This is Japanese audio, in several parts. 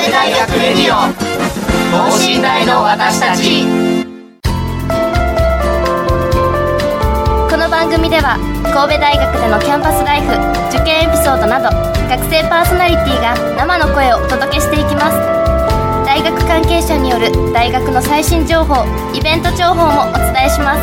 戸大学レディオ等身大の私たち。 この番組では神戸大学でのキャンパスライフ、受験エピソードなど学生パーソナリティが生の声をお届けしていきます。大学関係者による大学の最新情報、イベント情報もお伝えします。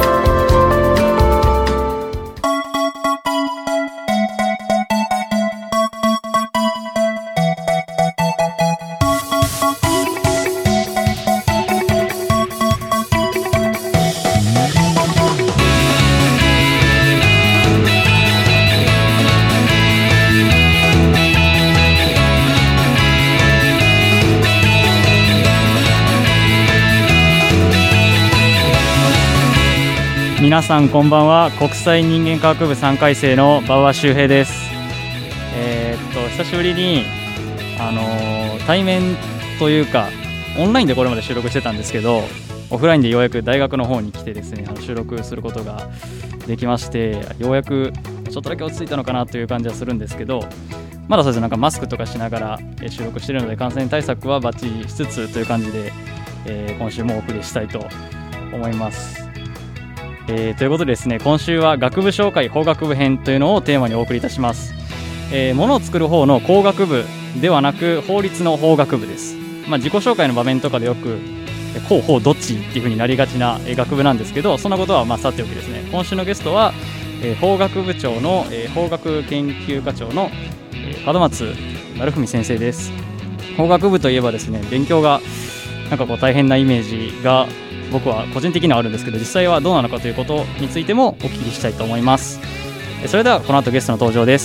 皆さんこんばんは。国際人間科学部3回生の馬場周平です。久しぶりに、対面というかオンラインでこれまで収録してたんですけど、オフラインでようやく大学の方に来てですね、収録することができまして、ようやくちょっとだけ落ち着いたのかなという感じはするんですけど、まだそうですね、なんかマスクとかしながら収録しているので感染対策はバッチリしつつという感じで、今週もお送りしたいと思います。ということでですね、今週は学部紹介法学部編というのをテーマにお送りいたします。ものを作る方の工学部ではなく法律の法学部です。自己紹介の場面とかでよくこう法どっちっていう風になりがちな学部なんですけど、そんなことはさておきですね、今週のゲストは法学部長の法学研究課長の門松成文先生です。法学部といえばですね、勉強がなんかこう大変なイメージが僕は個人的にはあるんですけど、実際はどうなのかということについてもお聞きしたいと思います。それではこの後ゲストの登場です。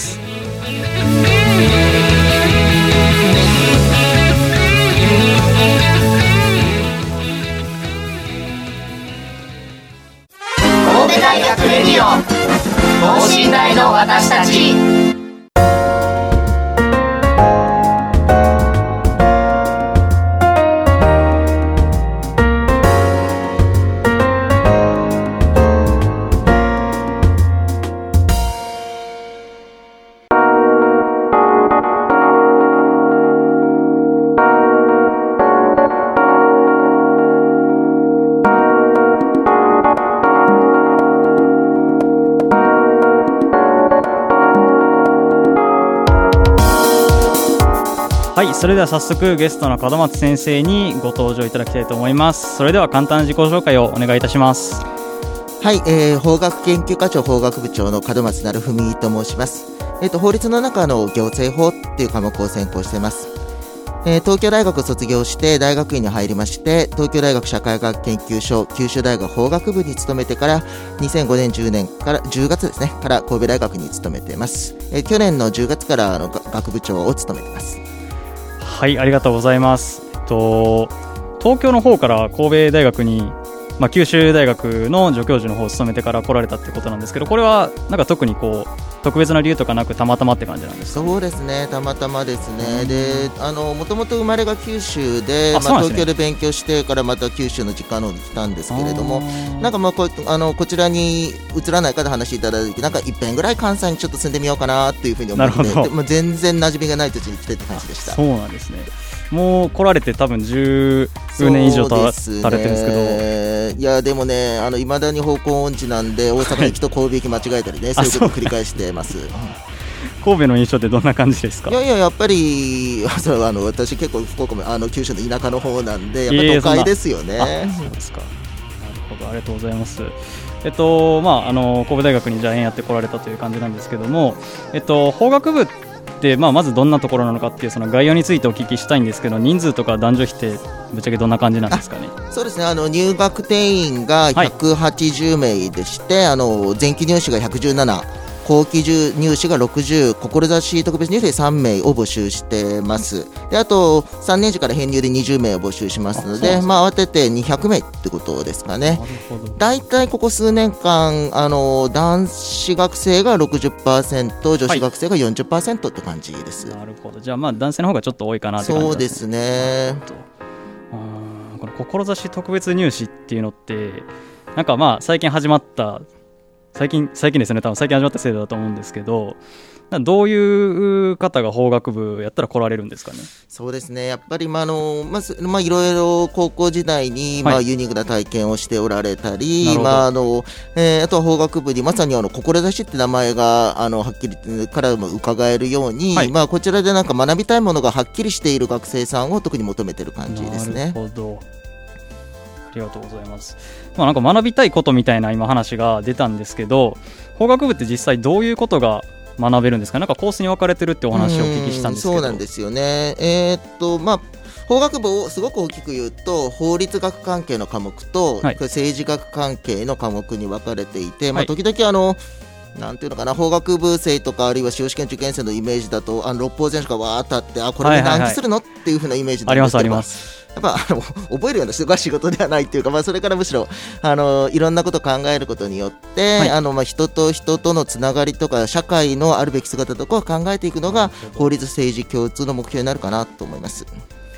神戸大学レディオ等身大の私たち。 はい、それでは早速ゲストの門松先生にご登場いただきたいと思います。それでは簡単な自己紹介をお願いいたします。 はい、法学研究課長法学部長の門松成文と申します。法律の中の行政法っていう科目を専攻しています。東京大学を卒業して大学院に入りまして、東京大学社会学研究所九州大学法学部に勤めてから2005年10年から10月ですねから神戸大学に勤めています。去年の10月から学部長を務めています。 はい、ありがとうございます。東京の方から神戸大学に、九州大学の助教授の方を務めてから来られたってことなんですけど、これはなんか特にこう特別な理由とかなくたまたまって感じなんですか？ そうですね、たまたまですね。で、もともと生まれが九州で、 そうなんですね。 東京で勉強してからまた九州の実家の方に来たんですけれども、なんかこちらに移らないかで話していただいて、なんか一遍ぐらい関西にちょっと住んでみようかなっていうふうに思って、全然馴染みがない土地に来てって感じでした。 そうなんですね。もう来られて多分10年以上経たれてるんですけど、 いやでもね、未だに方向音痴なんで大阪行きと神戸行き間違えたりね、そういうことを繰り返してます。 神戸の印象ってどんな感じですか？ やっぱり私結構福岡も九州の田舎の方なんで、やっぱり都会ですよね。 そうですか。なるほど、ありがとうございます。神戸大学にじゃあ縁やって来られたという感じなんですけども、法学部ってまずどんなところなのかっていうその概要についてお聞きしたいんですけど、人数とか男女比ってぶっちゃけどんな感じなんですかね？ そうですね、入学定員が180名でして、前期入試が117、後期入試が60、志特別入試で3名を募集してます。で、あと3年次から編入で20名を募集しますので、合わせて200名ってことですかね。だいたいここ数年間男子学生が 60%、女子学生が 40% って感じです。 なるほど。じゃあ男性の方がちょっと多いかなって感じですね。 そうですね。 この志特別入試っていうのってなんか最近始まった最近ですね、多分最近始まった制度だと思うんですけど、どういう方が法学部やったら来られるんですかね。 そうですね、やっぱり、いろいろ高校時代に、ユニークな体験をしておられたり、あとは法学部にまさに志って名前がはっきりからも伺えるように、こちらでなんか学びたいものがはっきりしている学生さんを特に求めている感じですね。 なるほど、ありがとうございます。なんか学びたいことみたいな今話が出たんですけど、法学部って実際どういうことが学べるんですか。なんかコースに分かれてるってお話をお聞きしたんですけど。 そうなんですよね。法学部をすごく大きく言うと法律学関係の科目と、政治学関係の科目に分かれていて、時々なんていうのかな、法学部生とかあるいは司法試験受験生のイメージだと六法全書がわーっとあって、これで暗記するのっていう風なイメージなんですけど、 あります。 やっぱ覚えるような人が仕事ではないっていうか、それからむしろいろんなことを考えることによって、人と人とのつながりとか社会のあるべき姿とかを考えていくのが法律政治共通の目標になるかなと思います。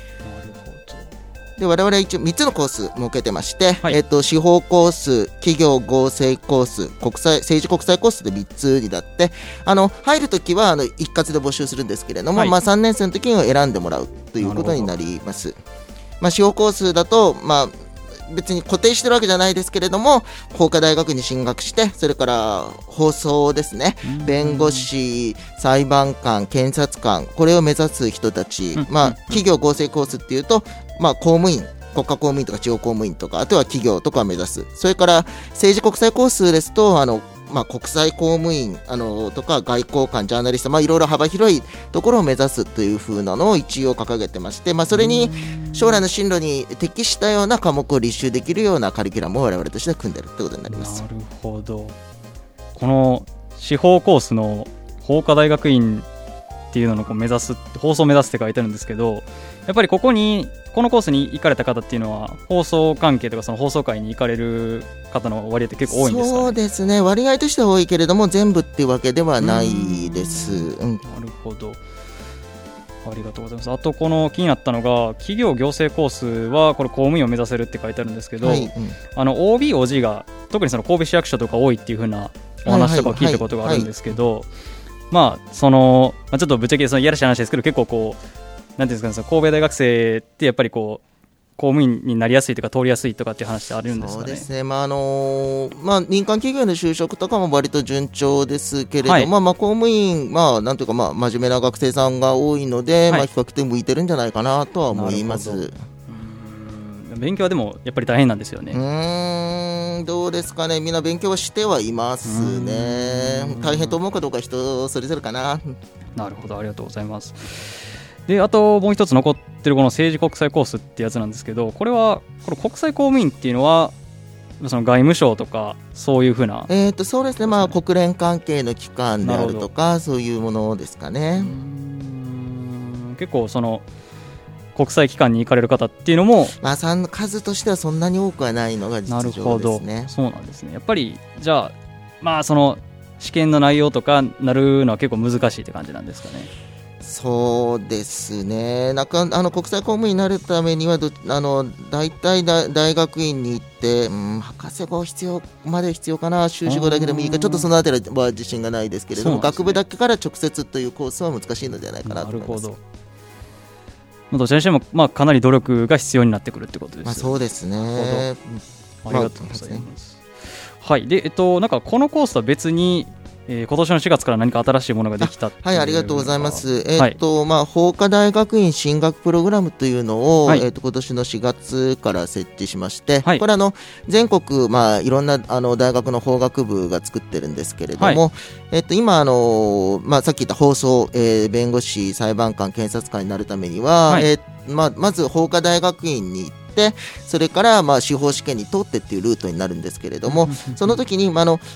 で我々は一応3つのコース設けてまして、司法コース、企業合成コース、政治国際コースで3つになって、入るときは一括で募集するんですけれども、3年生の時には選んでもらうということになります。司法コースだと、別に固定してるわけじゃないですけれども、法科大学に進学して、それから法曹ですね、弁護士、裁判官、検察官、これを目指す人たち、企業合成コースっていうと、公務員、国家公務員とか地方公務員とか、あとは企業とかを目指す。それから政治国際コースですと国際公務員とか外交官、ジャーナリスト、いろいろ幅広いところを目指すという風なのを一応掲げてまして、それに将来の進路に適したような科目を立修できるようなカリキュラムを我々としては組んでいるということになります。 なるほど。この司法コースの法科大学院っていうのを目指す、放送を目指すって書いてあるんですけど、やっぱりこのコースに行かれた方っていうのは放送関係とかその放送会に行かれる方の割合って結構多いんですかね。 そうですね、割合としては多いけれども全部っていうわけではないです。 なるほど、ありがとうございます。あとこの気になったのが企業行政コースはこれ公務員を目指せるって書いてあるんですけど、OB、OG が特にその神戸市役所とか多いっていう風なお話とか聞いたことがあるんですけど、ちょっとぶっちゃけそのいやらしい話ですけど、結構なんていうんですかね、神戸大学生ってやっぱり公務員になりやすいとか通りやすいとかっていう話ってあるんですかね。 そうですね、民間企業の就職とかも割と順調ですけれども、公務員、なんというか真面目な学生さんが多いので、比較的向いてるんじゃないかなとは思います。 勉強はでもやっぱり大変なんですよね。 どうですかね、みんな勉強はしてはいますね。大変と思うかどうか人それぞれかな。 なるほど、ありがとうございます。であともう一つ残ってるこの政治国際コースってやつなんですけど、これ国際公務員っていうのはその外務省とかそういうふうな、 そうですね、国連関係の機関であるとかそういうものですかね。 結構その国際機関に行かれる方っていうのも、 数としてはそんなに多くはないのが実情ですね。なるほど、 そうなんですね。やっぱりじゃあその試験の内容とかなるのは結構難しいって感じなんですかね。 そうですね、国際公務員になるためには大体大学院に行って、博士号必要かな、修士号だけでもいいか、ちょっとそのあたりは自信がないですけれども、学部だけから直接というコースは難しいのではないかなと思います。なるほど。 どちらにしても、かなり努力が必要になってくるってことですね。 そうですね。 ありがとうございます。はい。でなんかこのコースとは別に今年の4月から何か新しいものができたっていう。 はい、ありがとうございます。法科大学院進学プログラムというのを、今年の4月から設置しまして、これ全国、いろんな大学の法学部が作ってるんですけれども、今さっき言った法曹、弁護士、裁判官、検察官になるためには、まず法科大学院に行ってそれから司法試験に通ってっていうルートになるんですけれども、その時に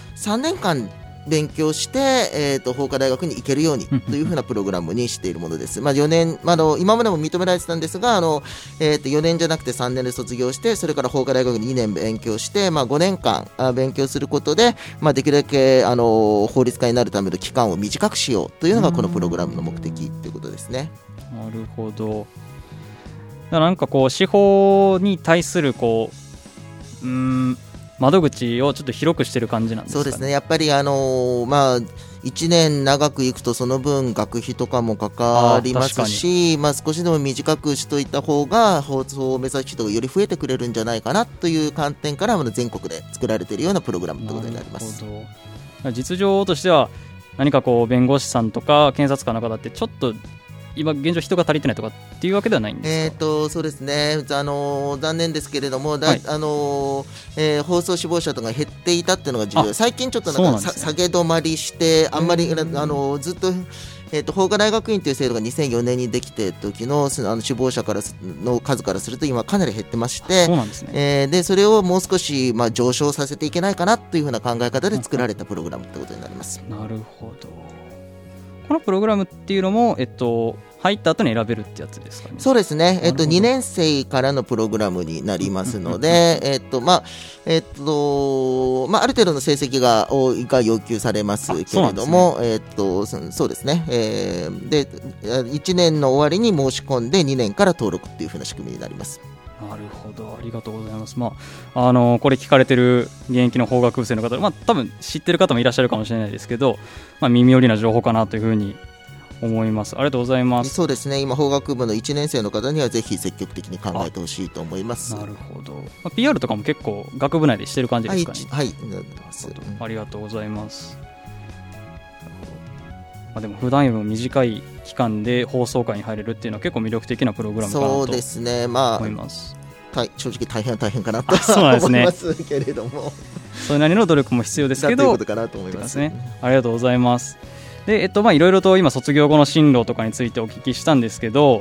3年間勉強して、法科大学に行けるようにというふうなプログラムにしているものです。4年、今までも認められてたんですが4年じゃなくて3年で卒業して、それから法科大学に2年勉強して、5年間勉強することで、できるだけ法律家になるための期間を短くしようというのがこのプログラムの目的ということですね。 なるほど。なんか司法に対する窓口をちょっと広くしてる感じなんですかね。 そうですね、やっぱり1年長くいくとその分学費とかもかかりますし、少しでも短くしといた方が放送を目指す人がより増えてくれるんじゃないかなという観点から全国で作られているようなプログラムということになります。 なるほど。実情としては何かこう弁護士さんとか検察官の方ってちょっと今現状人が足りてないとかっていうわけではないんですか。 そうですね、残念ですけれども、放送志望者とか減っていたっていうのが重要。最近ちょっと下げ止まりしてあんまり、ずっと法科大学院という制度が2004年にできて時の志望者からの数からすると今かなり減ってまして、 そうなんですね。 でそれをもう少し上昇させていけないかなというふうな考え方で作られたプログラムということになります。 なるほど。このプログラムっていうのも、入った後に選べるってやつですかね。 そうですね、2年生からのプログラムになりますので、ある程度の成績が要求されますけれども、そうですね、で1年の終わりに申し込んで2年から登録っていう風な仕組みになります。 なるほど、ありがとうございます。これ聞かれてる現役の法学部生の方、多分知ってる方もいらっしゃるかもしれないですけど、耳寄りな情報かなというふうに思います。ありがとうございます。 そうですね、今法学部の1年生の方にはぜひ積極的に考えてほしいと思います。 なるほど。PR とかも結構学部内でしてる感じですかね。 はい、なってます。 ありがとうございます。でも普段よりも短い期間で放送会に入れるっていうのは結構魅力的なプログラムかなと思います。 そうですね、正直大変かなと思いますけれども、 それなりの努力も必要ですけど、 ということかなと思いますね。 ありがとうございます。で、いろいろと今卒業後の進路とかについてお聞きしたんですけど、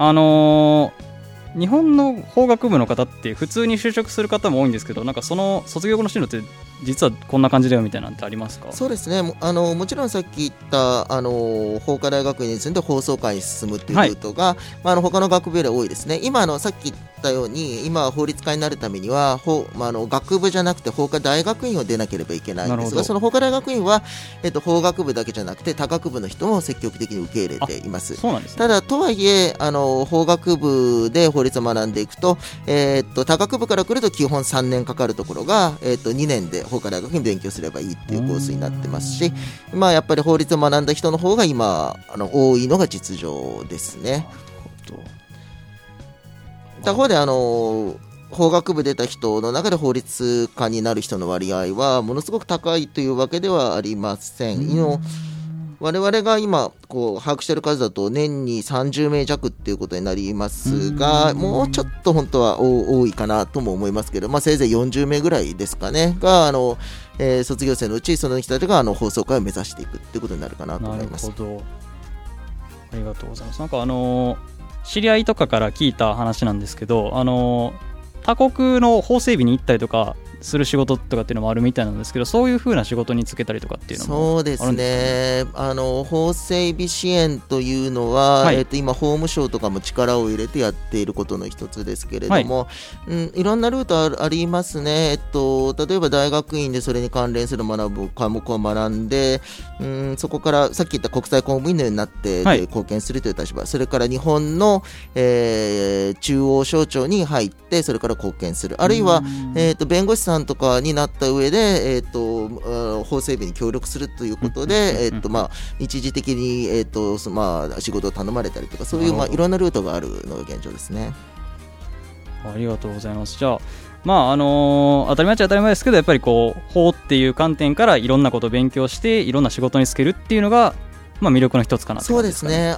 日本の法学部の方って普通に就職する方も多いんですけど、その卒業後の進路って実はこんな感じだよみたいなのってありますか。 そうですね、もちろんさっき言った法科大学院に住んで放送会に進むっていうルートが、他の学部より多いですね。今さっき言ったように今法律家になるためには学部じゃなくて法科大学院を出なければいけないんですが、その法科大学院は、法学部だけじゃなくて他学部の人も積極的に受け入れています。 そうなんですね。 ただとはいえ法学部で法律を学んでいくと、他学部から来ると基本3年かかるところが、2年で法科大学に勉強すればいいっていうコースになってますし、やっぱり法律を学んだ人の方が今多いのが実情ですね。他方で法学部出た人の中で法律家になる人の割合はものすごく高いというわけではありません。我々が今把握している数だと年に30名弱っていうことになりますが、もうちょっと本当は多いかなとも思いますけど、せいぜい40名ぐらいですかねが卒業生のうちその人たちが放送会を目指していくっていうことになるかなと思います。 なるほど、ありがとうございます。知り合いとかから聞いた話なんですけど、他国の法整備に行ったりとかする仕事とかっていうのもあるみたいなんですけど、そういう風な仕事に就けたりとかっていうのもあるんですか。そうですね、法整備支援というのは、今法務省とかも力を入れてやっていることの一つですけれども、いろんなルートありますね。例えば大学院でそれに関連する学ぶ科目を学んで、そこからさっき言った国際公務員のようになって貢献するという立場、それから日本の、中央省庁に入ってそれから貢献する、あるいは、弁護士さんとかになった上で、法整備に協力するということで、一時的に、仕事を頼まれたりとか、そういういろんなルートがあるのが現状ですね。 ありがとうございます。じゃあ当たり前っちゃ当たり前ですけど、やっぱり法っていう観点からいろんなことを勉強していろんな仕事に就けるっていうのが、魅力の一つかなと、 そうですね。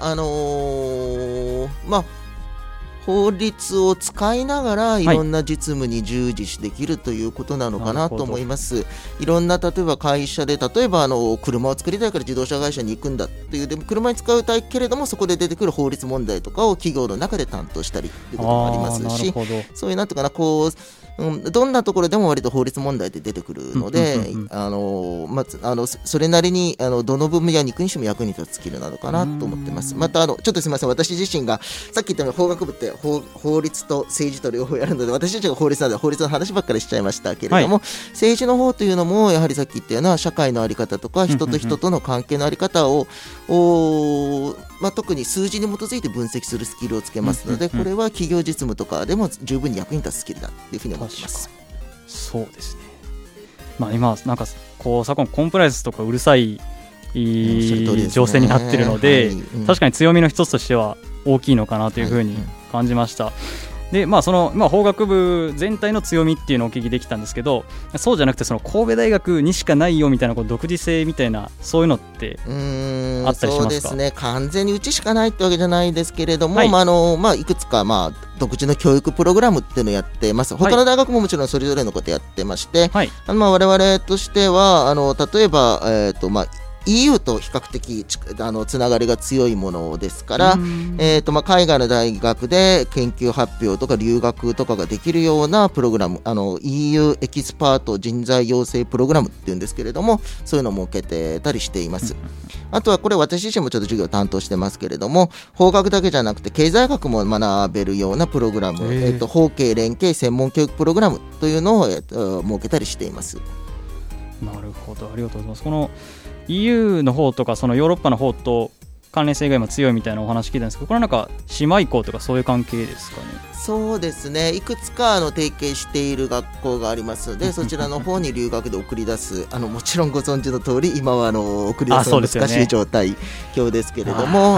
法律を使いながらいろんな実務に従事できるということなのかなと思います。いろんな例えば会社で例えば車を作りたいから自動車会社に行くんだっていう、でも車に使いたいけれどもそこで出てくる法律問題とかを企業の中で担当したりということもありますし、そういうなんていうかな、どんなところでも割と法律問題って出てくるので、それなりにどの分野に行くにしても役に立つスキルなのかなと思ってます。またちょっとすみません、私自身がさっき言ったように法学部って法律と政治と両方やるので、私たちが法律なので法律の話ばっかりしちゃいましたけれども、政治の方というのもやはりさっき言ったような社会の在り方とか人と人との関係の在り方を特に数字に基づいて分析するスキルをつけますので、これは企業実務とかでも十分に役に立つスキルだというふうに思っています。 そうですね。 まあ、今なんかこう昨今コンプライアンスとかうるさい情勢になってるので、確かに強みの一つとしては大きいのかなというふうに感じました。でまあ、その法学部全体の強みっていうのをお聞きできたんですけど、そうじゃなくてその神戸大学にしかないよみたいなこう独自性みたいなそういうのってあったりしますか？ そうですね、完全にうちしかないってわけじゃないですけれども、いくつか独自の教育プログラムっていうのをやってます。他の大学ももちろんそれぞれのことやってまして、我々としては例えば、EU と比較的つながりが強いものですから、海外の大学で研究発表とか留学とかができるようなプログラム、EU エキスパート人材養成プログラムっていうんですけれども、そういうのを設けてたりしています。あとはこれ私自身もちょっと授業を担当してますけれども、法学だけじゃなくて経済学も学べるようなプログラム、法経連携専門教育プログラムというのを、設けたりしています。 なるほど、ありがとうございます。このEU の方とかそのヨーロッパの方と関連性が今強いみたいなお話聞いたんですけど、これはなんか姉妹校とかそういう関係ですかね？ そうですね、いくつか提携している学校がありますので、そちらの方に留学で送り出すもちろんご存知の通り今は送り出すのが難しい状態今日ですけれども、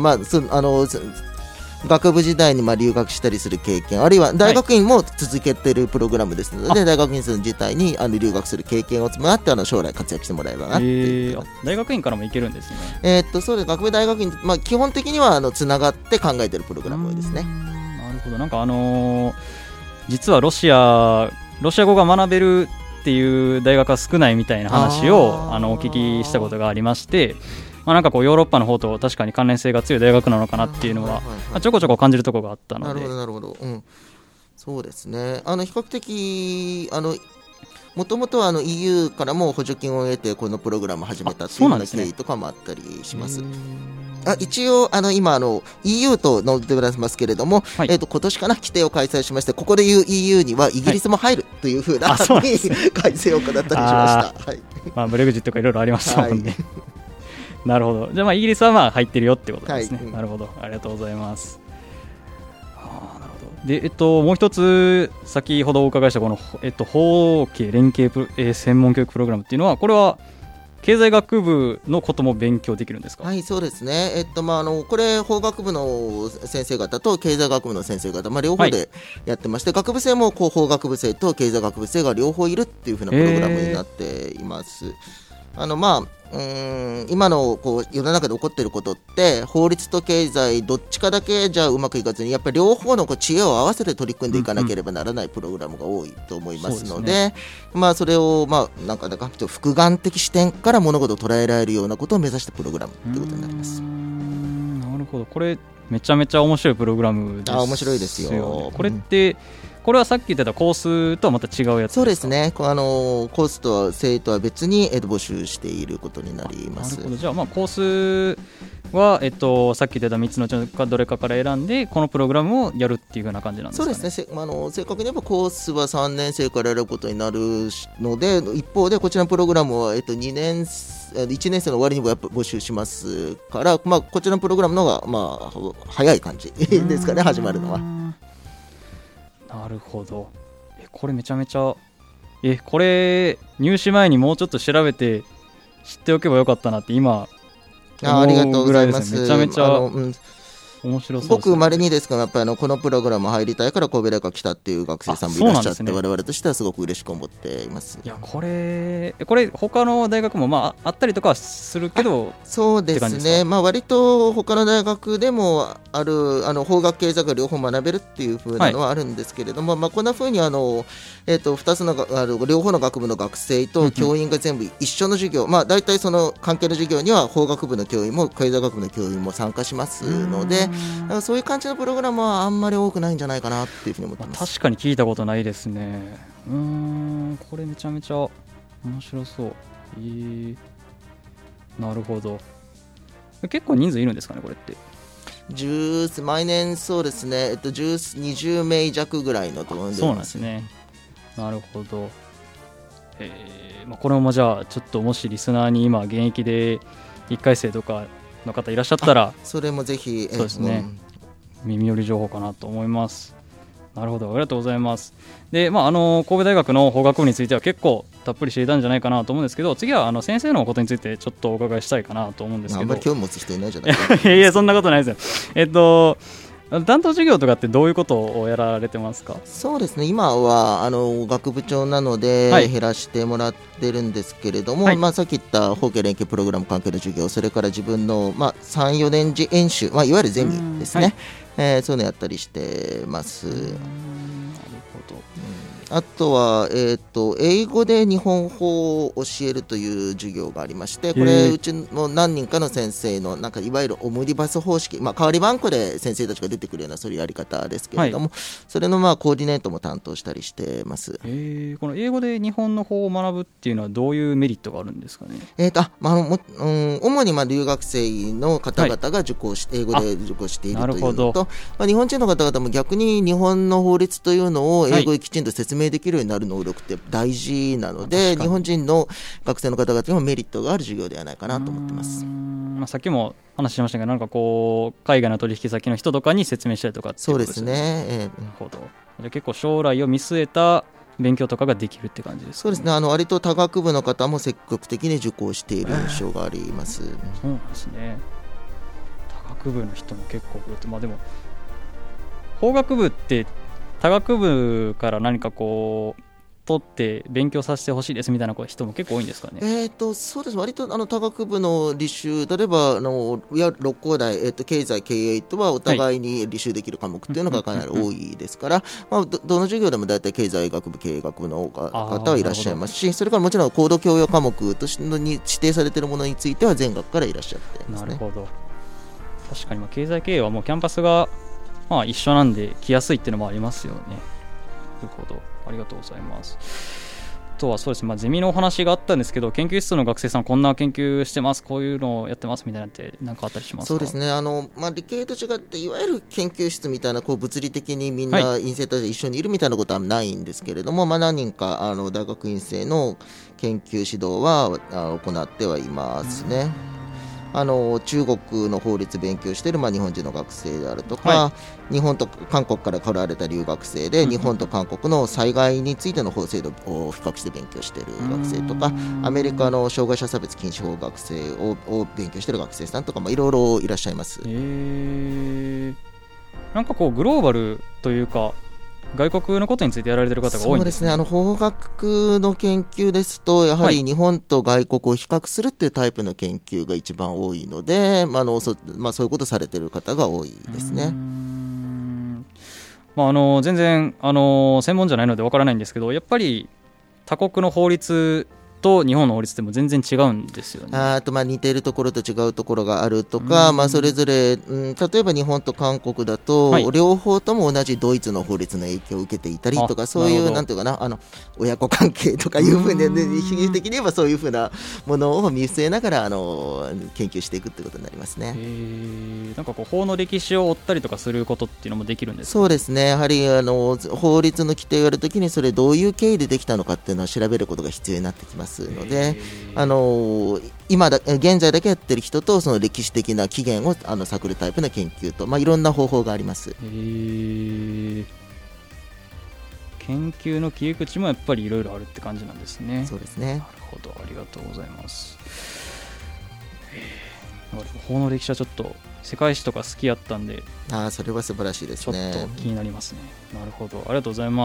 学部時代に留学したりする経験、あるいは大学院も続けているプログラムですので、大学院生自体に留学する経験を積まって将来活躍してもらえばなっていう。 大学院からも行けるんですね。 そうです、学部大学院、基本的にはつながって考えているプログラムですね。 なるほど、なんか実はロシア語が学べるっていう大学は少ないみたいな話をお聞きしたことがありまして、なんかこうヨーロッパの方と確かに関連性が強い大学なのかなっていうのはちょこちょこ感じるところがあったので。 なるほど、そうですね、比較的もともとはEU からも補助金を得てこのプログラムを始めたというような経緯とかもあったりします。一応今EU と載ってますけれども、今年かな規定を開催しまして、ここでいう EU にはイギリスも入るというふうな、改正を行ったりしました。 ブレグジットとかいろいろありましたもんね。なるほど、じゃあイギリスは入ってるよってことですね。なるほど、ありがとうございます。なるほど。で、もう一つ先ほどお伺いしたこの法経連携専門教育プログラムっていうのは、これは経済学部のことも勉強できるんですか？ はい、そうですね。これ法学部の先生方と経済学部の先生方、両方でやってまして、学部生も法学部生と経済学部生が両方いるっていう風なプログラムになっています。今の世の中で起こっていることって、法律と経済どっちかだけじゃうまくいかずに、やっぱり両方の知恵を合わせて取り組んでいかなければならないプログラムが多いと思いますので、それをなんか複眼的視点から物事を捉えられるようなことを目指したプログラムということになります。 なるほど、これめちゃめちゃ面白いプログラムですよね。 面白いですよ。 これってこれはさっき言ってたコースとはまた違うやつですか？そうですね、 コースとは生徒は別に募集していることになります。 なるほど、じゃあコースは、さっき言ってた3つのうちのどれかから選んでこのプログラムをやるっていう風な感じなんですかね？ そうですね、正確に言えばコースは3年生から選ぶことになるので、一方でこちらのプログラムは、1年生の終わりにもやっぱ募集しますから、こちらのプログラムの方が早い感じですかね、始まるのは。 なるほど。これめちゃめちゃこれ入試前にもうちょっと調べて知っておけばよかったなって今ありがとうございます。 めちゃめちゃ面白そうです。 僕稀にですがやっぱりこのプログラム入りたいから神戸大学来たっていう学生さんもいらっしゃって、我々としてはすごく嬉しく思っています。 いやこれ他の大学もあったりとかはするけど、 そうですね、割と他の大学でもある法学経済学両方学べるっていう風なのはあるんですけれども、こんな風に2つの両方の学部の学生と教員が全部一緒の授業、大体その関係の授業には法学部の教員も経済学部の教員も参加しますので、そういう感じのプログラムはあんまり多くないんじゃないかなっていうふうに思ってます。 確かに聞いたことないですね。これめちゃめちゃ面白そう。なるほど。結構人数いるんですかね、これって。 毎年そうですね、20名弱ぐらいのと思うんで。 そうなんですね。なるほど。これもじゃあちょっともしリスナーに今現役で1回生とかの方いらっしゃったら、 それもぜひそうですね、耳寄り情報かなと思います。なるほど、ありがとうございます。で、神戸大学の法学部については結構たっぷり知れたんじゃないかなと思うんですけど、次は先生のことについてちょっとお伺いしたいかなと思うんですけど。 あんまり興味持つ人いないじゃないですか。 いやそんなことないですよ。担当授業とかってどういうことをやられてますか？ そうですね、今は学部長なので、 はい減らしてもらってるんですけれども、 はいさっき言った法系連携プログラム関係の授業、それから自分の、3、4年次演習、いわゆるゼミですね、そういうのやったりしてます。 なるほど。 あとは、英語で日本法を教えるという授業がありまして、これうちの何人かの先生のなんかいわゆるオムニバス方式、代わり番号で先生たちが出てくるようなそういうやり方ですけれども、それのコーディネートも担当したりしてます。 この英語で日本の法を学ぶっていうのはどういうメリットがあるんですかね？ 主に留学生の方々が受講し、英語で受講しているというのと、日本人の方々も逆に日本の法律というのを英語できちんと説明できるようになる能力って大事なので、日本人の学生の方々にもメリットがある授業ではないかなと思ってます。 さっきも話しましたけど、なんかこう海外の取引先の人とかに説明したりとかっていうことですよね。 そうですね。 なるほど。じゃあ結構将来を見据えた勉強とかができるって感じですか？ そうですね。割と他学部の方も積極的に受講している印象があります。 そうなんですね。他学部の人も結構来るって、でも法学部って他学部から何かこう取って勉強させてほしいですみたいな人も結構多いんですかね？ そうです。割と他学部の履修、例えば六甲大、経済経営とはお互いに履修できる科目っていうのがかなり多いですから、どの授業でも大体経済学部経営学部の方はいらっしゃいますし、それからもちろん高度教養科目としてに指定されているものについては全学からいらっしゃってますね。 なるほど。確かに経済経営はもうキャンパスが一緒なんで来やすいっていうのもありますよね。なるほど、ありがとうございます。あとはそうですね、ゼミのお話があったんですけど、研究室の学生さんこんな研究してます、こういうのをやってますみたいなって何かあったりしますか？ そうですね、理系と違っていわゆる研究室みたいな物理的にみんな院生たち一緒にいるみたいなことはないんですけれども、何人か大学院生の研究指導は行ってはいますね。中国の法律勉強している、日本人の学生であるとか、日本と韓国から来られた留学生で、日本と韓国の災害についての法制度を比較して勉強している学生とか、アメリカの障害者差別禁止法学生を勉強している学生さんとか、いろいろいらっしゃいます。 なんかグローバルというか外国のことについてやられている方が多いんですね。 そうですね。法学の研究ですと、やはり日本と外国を比較するっていうタイプの研究が一番多いので、そういうことされている方が多いですね。 全然専門じゃないのでわからないんですけど、やっぱり他国の法律と日本の法律でも全然違うんですよね。 似ているところと違うところがあるとか、それぞれ、例えば日本と韓国だと、両方とも同じドイツの法律の影響を受けていたりとか、そういうなんていうかな、親子関係とかいうふうに、比喩的に言えばそういうふうなものを見据えながら研究していくってことになりますね。 なんか法の歴史を追ったりとかすることっていうのもできるんですか？ そうですね。やはり法律の規定をやるときに、それどういう経緯でできたのかっていうのを調べることが必要になってきますので、現在だけやってる人とその歴史的な起源を探るタイプの研究と、いろんな方法があります。 研究の切り口もやっぱりいろいろあるって感じなんですね。 そうですね。 なるほど、ありがとうございます。法の歴史はちょっと世界史とか好きやったんで、 それは素晴らしいですね。 ちょっと気になりますね。なるほど、ありがとうございます。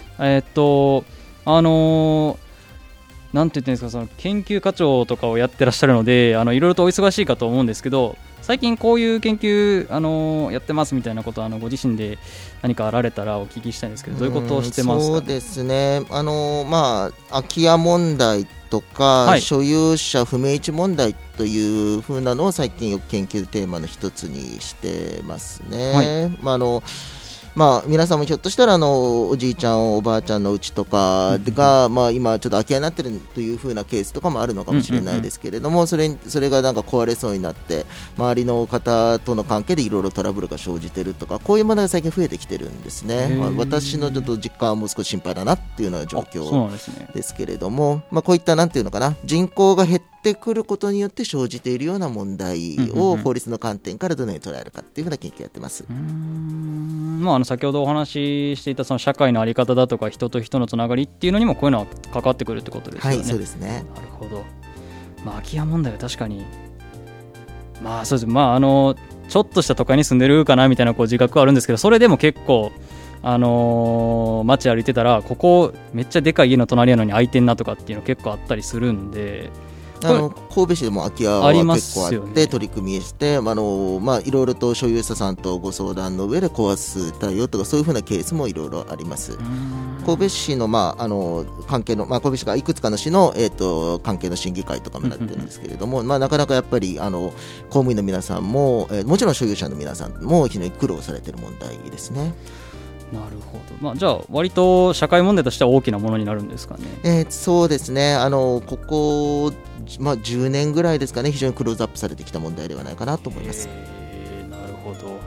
なんて言ってんですか、その研究課長とかをやってらっしゃるので、いろいろとお忙しいかと思うんですけど、最近こういう研究やってますみたいなことをご自身で何かあられたらお聞きしたいんですけど、どういうことをしてますか？ そうですね。空き家問題とか、所有者不明地問題という風なのを最近よく研究テーマの一つにしてますね。皆さんもひょっとしたらおじいちゃんおばあちゃんのうちとかが、今ちょっと空き家になってるという風なケースとかもあるのかもしれないですけれども、それがなんか壊れそうになって周りの方との関係でいろいろトラブルが生じてるとか、こういうものが最近増えてきてるんですね。私のちょっと実感はもう少し心配だなっていうような状況ですけれども、こういったなんていうのかな、人口が減ってってくることによって生じているような問題を法律の観点からどのように捉えるかっていうふうな研究をやってます。 先ほどお話ししていたその社会の在り方だとか人と人のつながりっていうのにもこういうのは関わってくるってことですよね。 はい、そうですね。 なるほど。空き家問題は確かにそうです。ちょっとした都会に住んでるかなみたいな自覚はあるんですけど、それでも結構街歩いてたらここめっちゃでかい家の隣やのに空いてんなとかっていうの結構あったりするんで、 神戸市でも空き家は結構あって取り組みして、いろいろと所有者さんとご相談の上で壊す対応とかそういうふうなケースもいろいろあります。神戸市の、関係の、神戸市がいくつかの市の、関係の審議会とかもなってるんですけれども、なかなかやっぱり公務員の皆さんも、もちろん所有者の皆さんも非常に苦労されている問題ですね。 なるほど。じゃあ割と社会問題としては大きなものになるんですかね。 そうですね。ここ、10年ぐらいですかね、非常にクローズアップされてきた問題ではないかなと思います。 なるほど。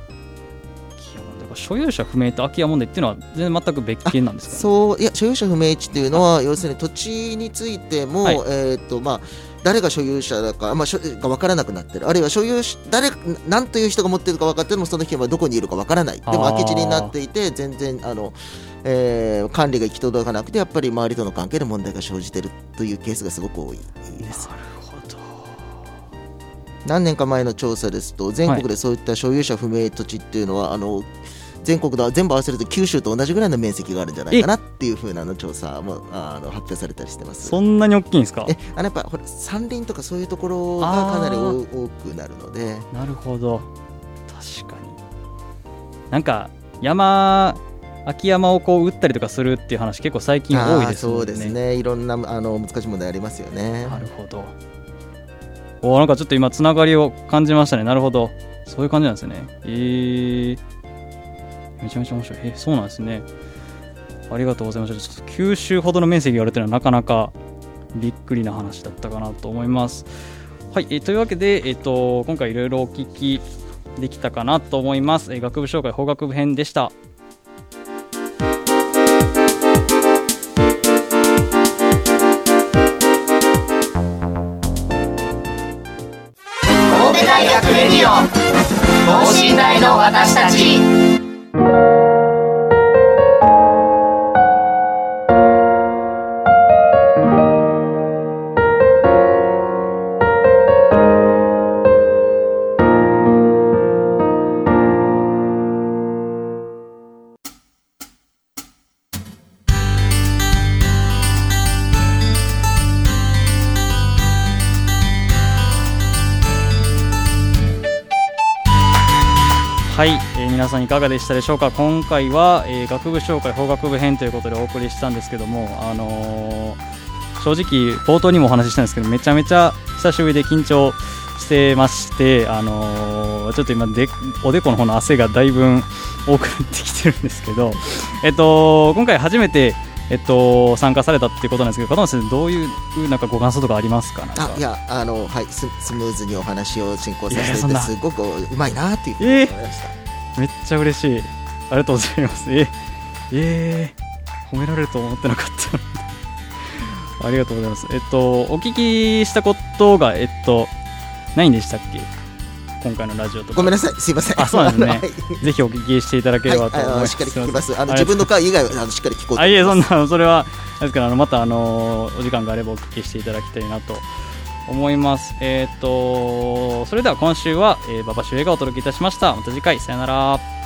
所有者不明と空き家問題っていうのは全然全く別件なんですかね。 いや、所有者不明地っていうのは要するに土地についても、誰が所有者だか、が分からなくなってる、あるいは何という人が持っているか分かってもその人がどこにいるか分からない、でも空き地になっていて全然管理が行き届かなくてやっぱり周りとの関係で問題が生じているというケースがすごく多いです。 なるほど。 何年か前の調査ですと全国でそういった所有者不明土地っていうのは、全国では全部合わせると九州と同じぐらいの面積があるんじゃないかなっていう風な調査も発表されたりしてます。 そんなに大きいんですか？ やっぱ山林とかそういうところがかなり多くなるので。 なるほど。確かになんか空き山を売ったりとかするっていう話結構最近多いですもんね。 そうですね。いろんな難しい問題ありますよね。 なるほど。なんかちょっと今つながりを感じましたね。なるほど。そういう感じなんですね。めちゃめちゃ面白い。そうなんですね。ありがとうございました。ちょっと九州ほどの面積があるというのはなかなかびっくりな話だったかなと思います。はい、というわけで、今回いろいろお聞きできたかなと思います。学部紹介法学部編でした。 神戸大学レディオ等身大の私たち。 はい、皆さんいかがでしたでしょうか。今回は、学部紹介法学部編ということでお送りしたんですけども、正直冒頭にもお話ししたんですけどめちゃめちゃ久しぶりで緊張してまして、ちょっと今おでこの方の汗がだいぶ多くなってきてるんですけど、今回初めて参加されたっていうことなんですけど、片松先生どういうなんかご感想とかありますか？ いやはい、スムーズにお話を進行させていてすごくうまいなっていうふうに思いました。 めっちゃ嬉しい。ありがとうございます。褒められると思ってなかったありがとうございます。お聞きしたことがないんでしたっけ？今回のラジオとか。ごめんなさい、すいません。 そうなんですね。ぜひお聞きしていただければと思います。 しっかり聞きます。自分の回以外はしっかり聞こうと思います。 いえ、それはですからまたお時間があればお聞きしていただきたいなと思います。それでは今週は馬場周平がお届けいたしました。また次回さよなら。